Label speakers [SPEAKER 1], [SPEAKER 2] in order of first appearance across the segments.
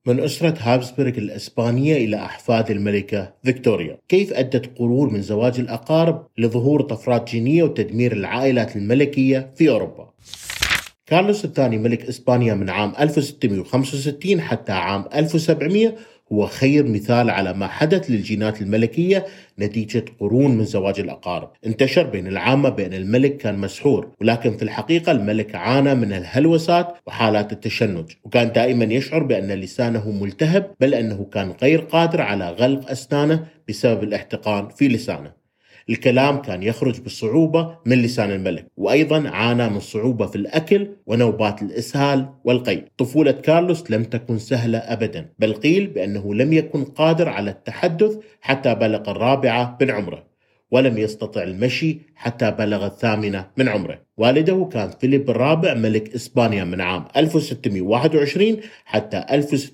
[SPEAKER 1] من أسرة هابسبرغ الإسبانية إلى أحفاد الملكة فيكتوريا. كيف أدت قرون من زواج الأقارب لظهور طفرات جينية وتدمير العائلات الملكية في أوروبا؟ كارلوس الثاني ملك إسبانيا من عام 1665 حتى عام 1700 هو خير مثال على ما حدث للجينات الملكية نتيجة قرون من زواج الأقارب. انتشر بين العامة بأن الملك كان مسحور، ولكن في الحقيقة الملك عانى من الهلوسات وحالات التشنج، وكان دائما يشعر بأن لسانه ملتهب، بل أنه كان غير قادر على غلق أسنانه بسبب الاحتقان في لسانه. الكلام كان يخرج بصعوبة من لسان الملك، وأيضا عانى من صعوبة في الأكل ونوبات الإسهال والقيء. طفولة كارلوس لم تكن سهلة أبدا، بل قيل بأنه لم يكن قادر على التحدث حتى بلغ الرابعة من عمره، ولم يستطع المشي حتى بلغ الثامنة من عمره. والده كان فيليب الرابع ملك إسبانيا من عام 1621 حتى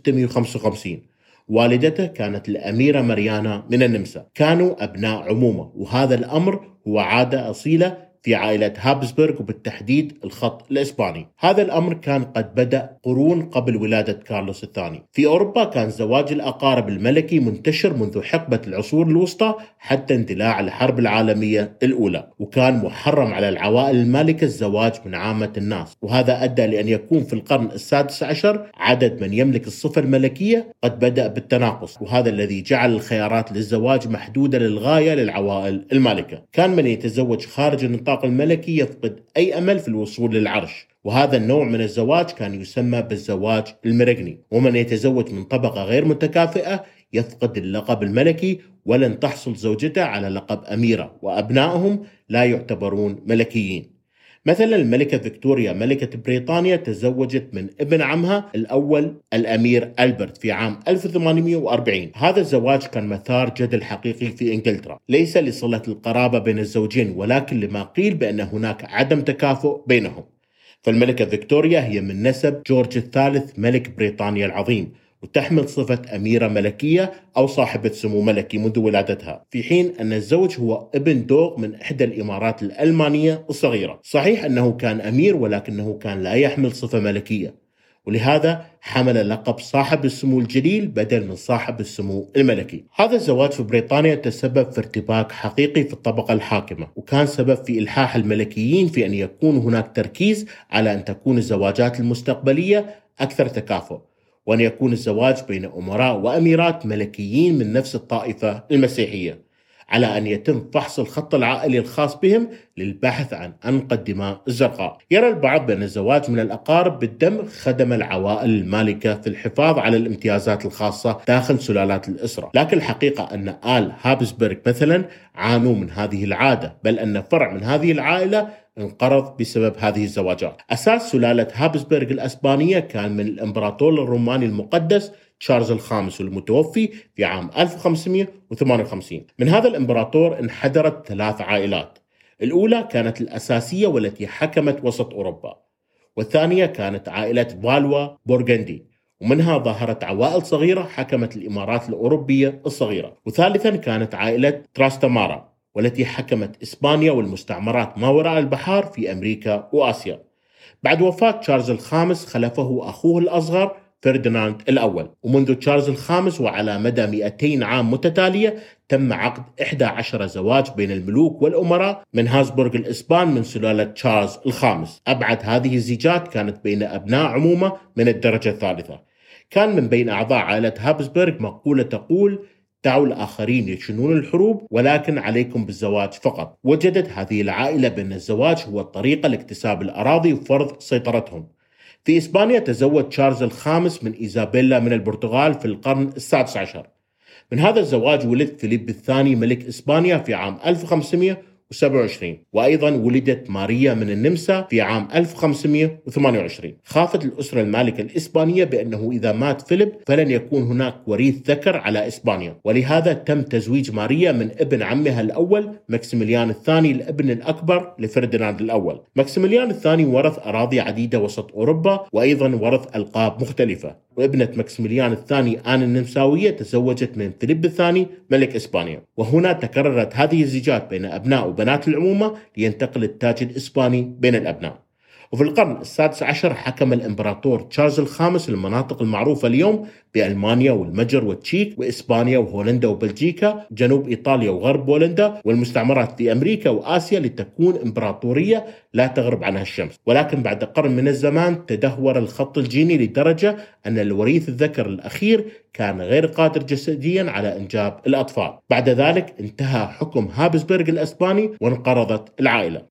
[SPEAKER 1] 1655. والدته كانت الأميرة ماريانا من النمسا. كانوا أبناء عمومة، وهذا الأمر هو عادة أصيلة في عائلة هابسبرغ وبالتحديد الخط الإسباني. هذا الأمر كان قد بدأ قرون قبل ولادة كارلوس الثاني. في أوروبا كان زواج الأقارب الملكي منتشر منذ حقبة العصور الوسطى حتى اندلاع الحرب العالمية الأولى، وكان محرم على العوائل المالكة الزواج من عامة الناس، وهذا أدى لأن يكون في القرن السادس عشر عدد من يملك الصفة الملكية قد بدأ بالتناقص، وهذا الذي جعل الخيارات للزواج محدودة للغاية للعوائل المالكة. كان من يتزوج خارج النطاق الملكي يفقد أي أمل في الوصول للعرش، وهذا النوع من الزواج كان يسمى بالزواج المرغني. ومن يتزوج من طبقة غير متكافئة يفقد اللقب الملكي، ولن تحصل زوجته على لقب أميرة، وأبنائهم لا يعتبرون ملكيين. مثلا الملكة فيكتوريا ملكة بريطانيا تزوجت من ابن عمها الأول الأمير ألبرت في عام 1840. هذا الزواج كان مثار جدل حقيقي في إنجلترا، ليس لصلة القرابة بين الزوجين، ولكن لما قيل بأن هناك عدم تكافؤ بينهم. فالملكة فيكتوريا هي من نسب جورج الثالث ملك بريطانيا العظيم، وتحمل صفة أميرة ملكية أو صاحبة سمو ملكي منذ ولادتها، في حين أن الزوج هو ابن دوغ من إحدى الإمارات الألمانية الصغيرة. صحيح أنه كان أمير، ولكنه كان لا يحمل صفة ملكية، ولهذا حمل لقب صاحب السمو الجليل بدل من صاحب السمو الملكي. هذا الزواج في بريطانيا تسبب في ارتباك حقيقي في الطبقة الحاكمة، وكان سبب في إلحاح الملكيين في أن يكون هناك تركيز على أن تكون الزواجات المستقبلية أكثر تكافؤ، وأن يكون الزواج بين أمراء وأميرات ملكيين من نفس الطائفة المسيحية، على أن يتم فحص الخط العائلي الخاص بهم للبحث عن أنقى الدماء الزرقاء. يرى البعض بأن الزواج من الأقارب بالدم خدم العوائل المالكة في الحفاظ على الامتيازات الخاصة داخل سلالات الأسرة، لكن الحقيقة أن آل هابسبرغ مثلا عانوا من هذه العادة، بل أن فرع من هذه العائلة انقرض بسبب هذه الزواجات. أساس سلالة هابسبرغ الأسبانية كان من الإمبراطور الروماني المقدس تشارلز الخامس المتوفي في عام 1558. من هذا الإمبراطور انحدرت 3 عائلات. الأولى كانت الأساسية والتي حكمت وسط أوروبا، والثانية كانت عائلة فالوا بورغندي، ومنها ظهرت عوائل صغيرة حكمت الإمارات الأوروبية الصغيرة. وثالثا كانت عائلة تراستمارا، والتي حكمت إسبانيا والمستعمرات ما وراء البحار في أمريكا وآسيا. بعد وفاة تشارلز الخامس خلفه أخوه الأصغر فرديناند الأول، ومنذ تشارلز الخامس وعلى مدى 200 عام متتالية تم عقد 11 زواج بين الملوك والأمراء من هابسبرغ الإسبان من سلالة تشارلز الخامس. أبعد هذه الزيجات كانت بين أبناء عمومة من الدرجة الثالثة. كان من بين أعضاء عائلة هابسبرغ مقولة تقول: دعوا الآخرين يشنون الحروب ولكن عليكم بالزواج فقط. وجدت هذه العائلة بأن الزواج هو الطريقة لاكتساب الأراضي وفرض سيطرتهم. في إسبانيا تزوج تشارلز الخامس من إيزابيلا من البرتغال في القرن السادس عشر. من هذا الزواج ولد فيليب الثاني ملك إسبانيا في عام 1527، وأيضا ولدت ماريا من النمسا في عام 1528. خافت الأسرة المالكة الإسبانية بأنه إذا مات فيليب فلن يكون هناك وريث ذكر على إسبانيا، ولهذا تم تزويج ماريا من ابن عمها الأول ماكسيميليان الثاني الابن الأكبر لفرديناند الأول. ماكسيميليان الثاني ورث أراضي عديدة وسط أوروبا، وأيضا ورث ألقاب مختلفة. وابنة ماكسيميليان الثاني آن النمساوية تزوجت من فيليب الثاني ملك إسبانيا، وهنا تكررت هذه الزيجات بين أبناء وبنات العمومة لينتقل التاج الإسباني بين الأبناء. وفي القرن السادس عشر حكم الإمبراطور تشارلز الخامس المناطق المعروفة اليوم بألمانيا والمجر والتشيك وإسبانيا وهولندا وبلجيكا جنوب إيطاليا وغرب بولندا والمستعمرات في أمريكا وآسيا لتكون إمبراطورية لا تغرب عنها الشمس. ولكن بعد قرن من الزمان تدهور الخط الجيني لدرجة أن الوريث الذكر الأخير كان غير قادر جسديا على إنجاب الأطفال. بعد ذلك انتهى حكم هابسبرغ الأسباني وانقرضت العائلة.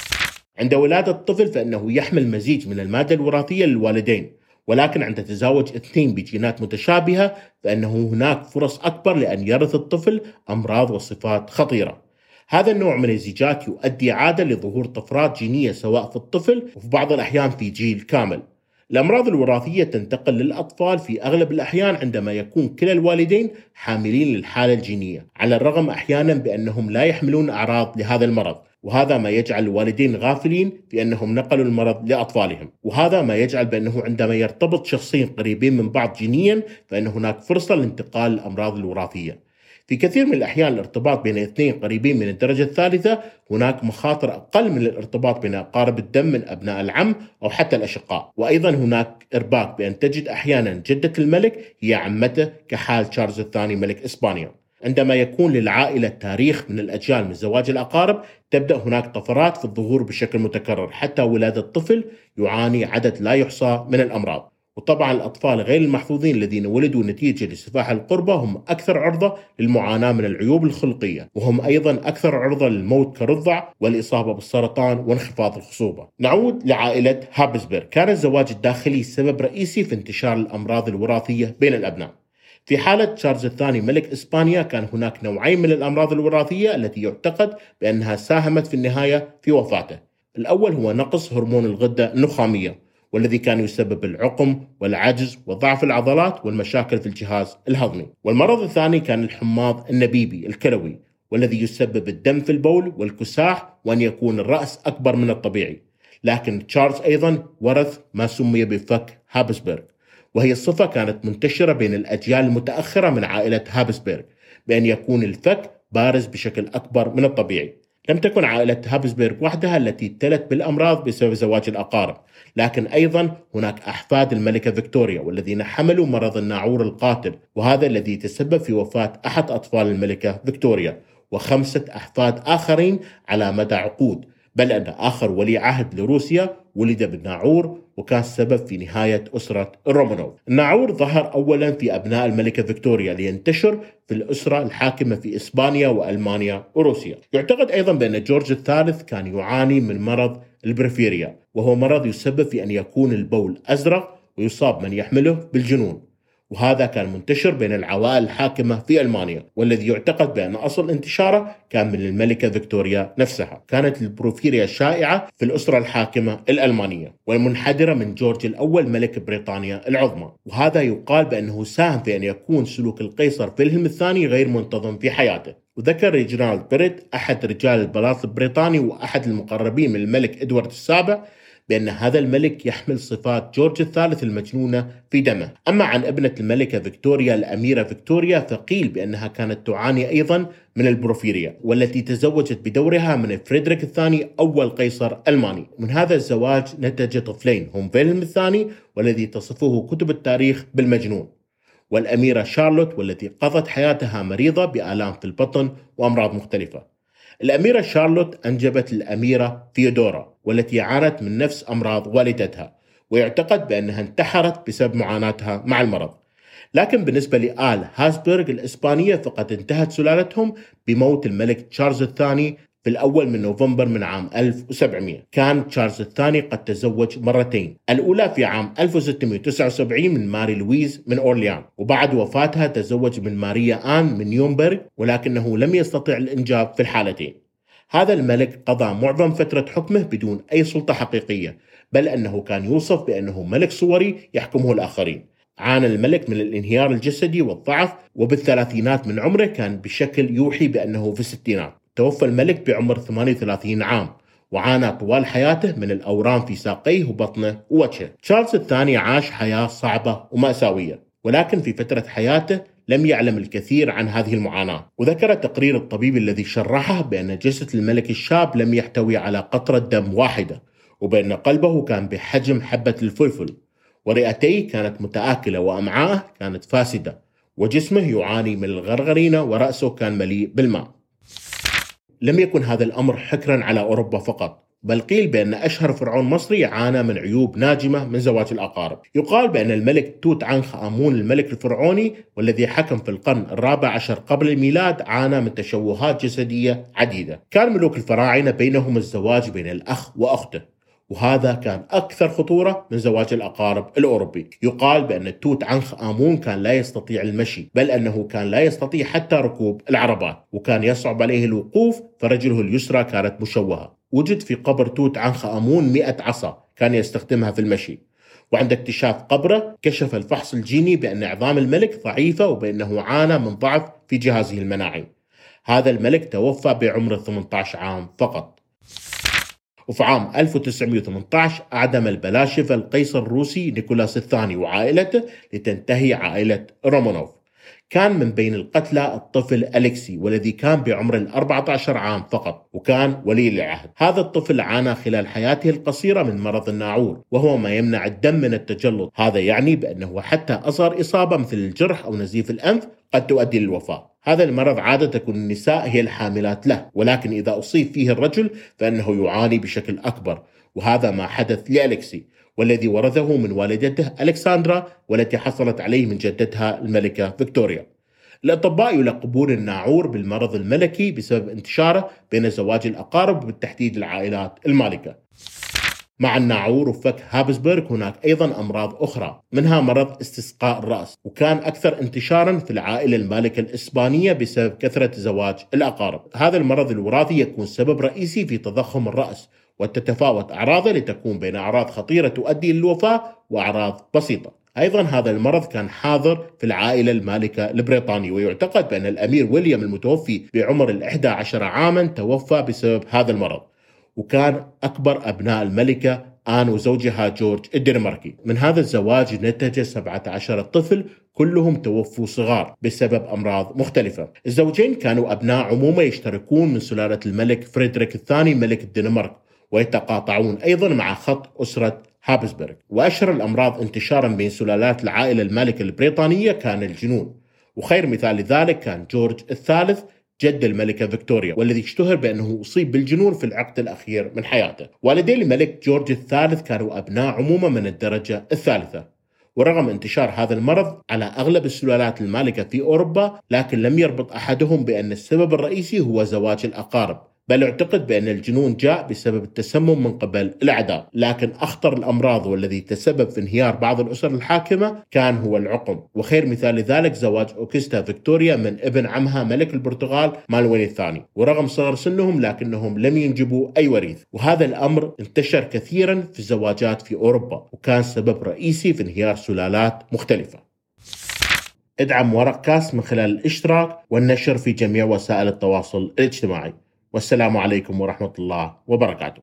[SPEAKER 1] عند ولادة الطفل فإنه يحمل مزيج من المادة الوراثية للوالدين، ولكن عند تزاوج اثنين بجينات متشابهة فإنه هناك فرص أكبر لأن يرث الطفل أمراض وصفات خطيرة. هذا النوع من الزيجات يؤدي عادة لظهور طفرات جينية سواء في الطفل وفي بعض الأحيان في جيل كامل. الأمراض الوراثية تنتقل للأطفال في أغلب الأحيان عندما يكون كلا الوالدين حاملين للحالة الجينية، على الرغم أحيانا بأنهم لا يحملون أعراض لهذا المرض، وهذا ما يجعل الوالدين غافلين في أنهم نقلوا المرض لأطفالهم. وهذا ما يجعل بأنه عندما يرتبط شخصين قريبين من بعض جينيا فإن هناك فرصة لانتقال الأمراض الوراثية. في كثير من الأحيان الارتباط بين اثنين قريبين من الدرجة الثالثة هناك مخاطر أقل من الارتباط بين أقارب الدم من أبناء العم أو حتى الأشقاء. وأيضا هناك إرباك بأن تجد أحيانا جدة الملك هي عمته كحال تشارلز الثاني ملك إسبانيا. عندما يكون للعائلة تاريخ من الأجيال من زواج الأقارب تبدأ هناك طفرات في الظهور بشكل متكرر حتى ولادة الطفل يعاني عدد لا يحصى من الأمراض. وطبعا الأطفال غير المحظوظين الذين ولدوا نتيجة لسفاح القربة هم أكثر عرضة للمعاناة من العيوب الخلقية، وهم أيضا أكثر عرضة للموت كرضع والإصابة بالسرطان وانخفاض الخصوبة. نعود لعائلة هابسبرغ. كان الزواج الداخلي سبب رئيسي في انتشار الأمراض الوراثية بين الأبناء. في حالة تشارلز الثاني ملك إسبانيا كان هناك نوعين من الأمراض الوراثية التي يعتقد بأنها ساهمت في النهاية في وفاته. الأول هو نقص هرمون الغدة النخامية، والذي كان يسبب العقم والعجز وضعف العضلات والمشاكل في الجهاز الهضمي. والمرض الثاني كان الحماض النبيبي الكلوي، والذي يسبب الدم في البول والكساح وأن يكون الرأس أكبر من الطبيعي. لكن تشارلز أيضا ورث ما سمي بفك هابسبرغ، وهي الصفة كانت منتشرة بين الأجيال المتأخرة من عائلة هابسبرغ بأن يكون الفك بارز بشكل أكبر من الطبيعي. لم تكن عائلة هابسبرغ وحدها التي ابتلت بالأمراض بسبب زواج الأقارب، لكن أيضا هناك أحفاد الملكة فيكتوريا والذين حملوا مرض الناعور القاتل، وهذا الذي تسبب في وفاة أحد أطفال الملكة فيكتوريا و5 أحفاد آخرين على مدى عقود، بل أن آخر ولي عهد لروسيا ولد بالناعور وكان سبب في نهاية أسرة الرومانوف. الناعور ظهر أولا في أبناء الملكة فيكتوريا لينتشر في الأسرة الحاكمة في إسبانيا وألمانيا وروسيا. يعتقد أيضا بأن جورج الثالث كان يعاني من مرض البريفيريا، وهو مرض يسبب في أن يكون البول أزرق ويصاب من يحمله بالجنون، وهذا كان منتشر بين العوائل الحاكمة في ألمانيا، والذي يعتقد بأن أصل انتشاره كان من الملكة فيكتوريا نفسها. كانت البروفيريا شائعة في الأسرة الحاكمة الألمانية والمنحدرة من جورج الأول ملك بريطانيا العظمى، وهذا يقال بأنه ساهم في أن يكون سلوك القيصر فيلهم الثاني غير منتظم في حياته. وذكر ريجينالد بيريت أحد رجال البلاط البريطاني وأحد المقربين من الملك إدوارد السابع بأن هذا الملك يحمل صفات جورج الثالث المجنونة في دمه. أما عن ابنة الملكة فيكتوريا الأميرة فيكتوريا فقيل بأنها كانت تعاني أيضا من البروفيريا، والتي تزوجت بدورها من فريدريك الثاني أول قيصر ألماني. من هذا الزواج نتج طفلين هم فيلهم الثاني والذي تصفه كتب التاريخ بالمجنون، والأميرة شارلوت والتي قضت حياتها مريضة بآلام في البطن وأمراض مختلفة. الأميرة شارلوت أنجبت الأميرة ثيودورا والتي عانت من نفس أمراض والدتها، ويعتقد بأنها انتحرت بسبب معاناتها مع المرض. لكن بالنسبة لآل هابسبرغ الإسبانية فقد انتهت سلالتهم بموت الملك تشارلز الثاني في الأول من نوفمبر من عام 1700. كان تشارلز الثاني قد تزوج مرتين، الأولى في عام 1679 من ماري لويز من أورليان، وبعد وفاتها تزوج من ماريا آن من نيومبرغ، ولكنه لم يستطع الإنجاب في الحالتين. هذا الملك قضى معظم فترة حكمه بدون أي سلطة حقيقية، بل أنه كان يوصف بأنه ملك صوري يحكمه الآخرين. عانى الملك من الانهيار الجسدي والضعف، وبالثلاثينات من عمره كان بشكل يوحي بأنه في الستينات. توفى الملك بعمر 38 عام، وعانى طوال حياته من الأورام في ساقيه وبطنه ووجهه. تشارلز الثاني عاش حياة صعبة ومأساوية، ولكن في فترة حياته لم يعلم الكثير عن هذه المعاناة. وذكر تقرير الطبيب الذي شرحه بأن جسد الملك الشاب لم يحتوي على قطرة دم واحدة، وبأن قلبه كان بحجم حبة الفلفل، ورئتيه كانت متآكلة، وأمعاءه كانت فاسدة، وجسمه يعاني من الغرغرينة، ورأسه كان مليء بالماء. لم يكن هذا الأمر حكرا على أوروبا فقط، بل قيل بأن أشهر فرعون مصري عانى من عيوب ناجمة من زواج الأقارب. يقال بأن الملك توت عنخ آمون الملك الفرعوني، والذي حكم في القرن الرابع عشر قبل الميلاد، عانى من تشوهات جسدية عديدة. كان ملوك الفراعنة بينهم الزواج بين الأخ وأخته، وهذا كان أكثر خطورة من زواج الأقارب الأوروبي. يقال بأن توت عنخ آمون كان لا يستطيع المشي، بل أنه كان لا يستطيع حتى ركوب العربات، وكان يصعب عليه الوقوف، فرجله اليسرى كانت مشوهة. وجد في قبر توت عنخ آمون 100 عصا كان يستخدمها في المشي. وعند اكتشاف قبره كشف الفحص الجيني بأن عظام الملك ضعيفة، وبأنه عانى من ضعف في جهازه المناعي. هذا الملك توفى بعمر 18 عام فقط. وفي عام 1918 أعدم البلاشفة القيصر الروسي نيكولاس الثاني وعائلته لتنتهي عائلة رومانوف. كان من بين القتلى الطفل أليكسي، والذي كان بعمر 14 عام فقط، وكان ولي العهد. هذا الطفل عانى خلال حياته القصيرة من مرض الناعور، وهو ما يمنع الدم من التجلط. هذا يعني بأنه حتى أصغر إصابة مثل الجرح أو نزيف الأنف قد تؤدي للوفاة. هذا المرض عادة تكون النساء هي الحاملات له، ولكن إذا أصيب فيه الرجل فإنه يعاني بشكل أكبر، وهذا ما حدث لأليكسي، والذي ورثه من والدته ألكسندرا، والتي حصلت عليه من جدتها الملكة فيكتوريا. الأطباء يلقبون الناعور بالمرض الملكي بسبب انتشاره بين زواج الأقارب، وبالتحديد العائلات المالكة. مع الناعور وفك هابسبرغ هناك أيضا أمراض أخرى، منها مرض استسقاء الرأس، وكان أكثر انتشارا في العائلة المالكة الإسبانية بسبب كثرة زواج الأقارب. هذا المرض الوراثي يكون سبب رئيسي في تضخم الرأس، وتتفاوت أعراضه لتكون بين أعراض خطيرة تؤدي للوفاة وأعراض بسيطة. أيضا هذا المرض كان حاضر في العائلة المالكة البريطانية، ويعتقد بأن الأمير ويليام المتوفي بعمر 11 عاما توفى بسبب هذا المرض. وكان أكبر أبناء الملكة آن وزوجها جورج الدنماركي. من هذا الزواج نتج 17 طفل، كلهم توفوا صغار بسبب أمراض مختلفة. الزوجين كانوا أبناء عمومة يشتركون من سلالة الملك فريدريك الثاني ملك الدنمارك، ويتقاطعون أيضا مع خط أسرة هابسبرغ. وأشهر الأمراض انتشارا بين سلالات العائلة المالكة البريطانية كان الجنون، وخير مثال لذلك كان جورج الثالث جد الملكة فيكتوريا، والذي اشتهر بأنه أصيب بالجنون في العقد الأخير من حياته. والدي الملك جورج الثالث كانوا أبناء عمومة من الدرجة الثالثة. ورغم انتشار هذا المرض على أغلب السلالات المالكة في أوروبا، لكن لم يربط أحدهم بأن السبب الرئيسي هو زواج الأقارب، بل اعتقد بأن الجنون جاء بسبب التسمم من قبل الأعداء. لكن أخطر الأمراض والذي تسبب في انهيار بعض الأسر الحاكمة كان هو العقم، وخير مثال لذلك زواج أوغستا فيكتوريا من ابن عمها ملك البرتغال مالوين الثاني. ورغم صغر سنهم لكنهم لم ينجبوا أي وريث، وهذا الأمر انتشر كثيرا في الزواجات في أوروبا، وكان سبب رئيسي في انهيار سلالات مختلفة. ادعم ورق كاست من خلال الاشتراك والنشر في جميع وسائل التواصل الاجتماعي. والسلام عليكم ورحمة الله وبركاته.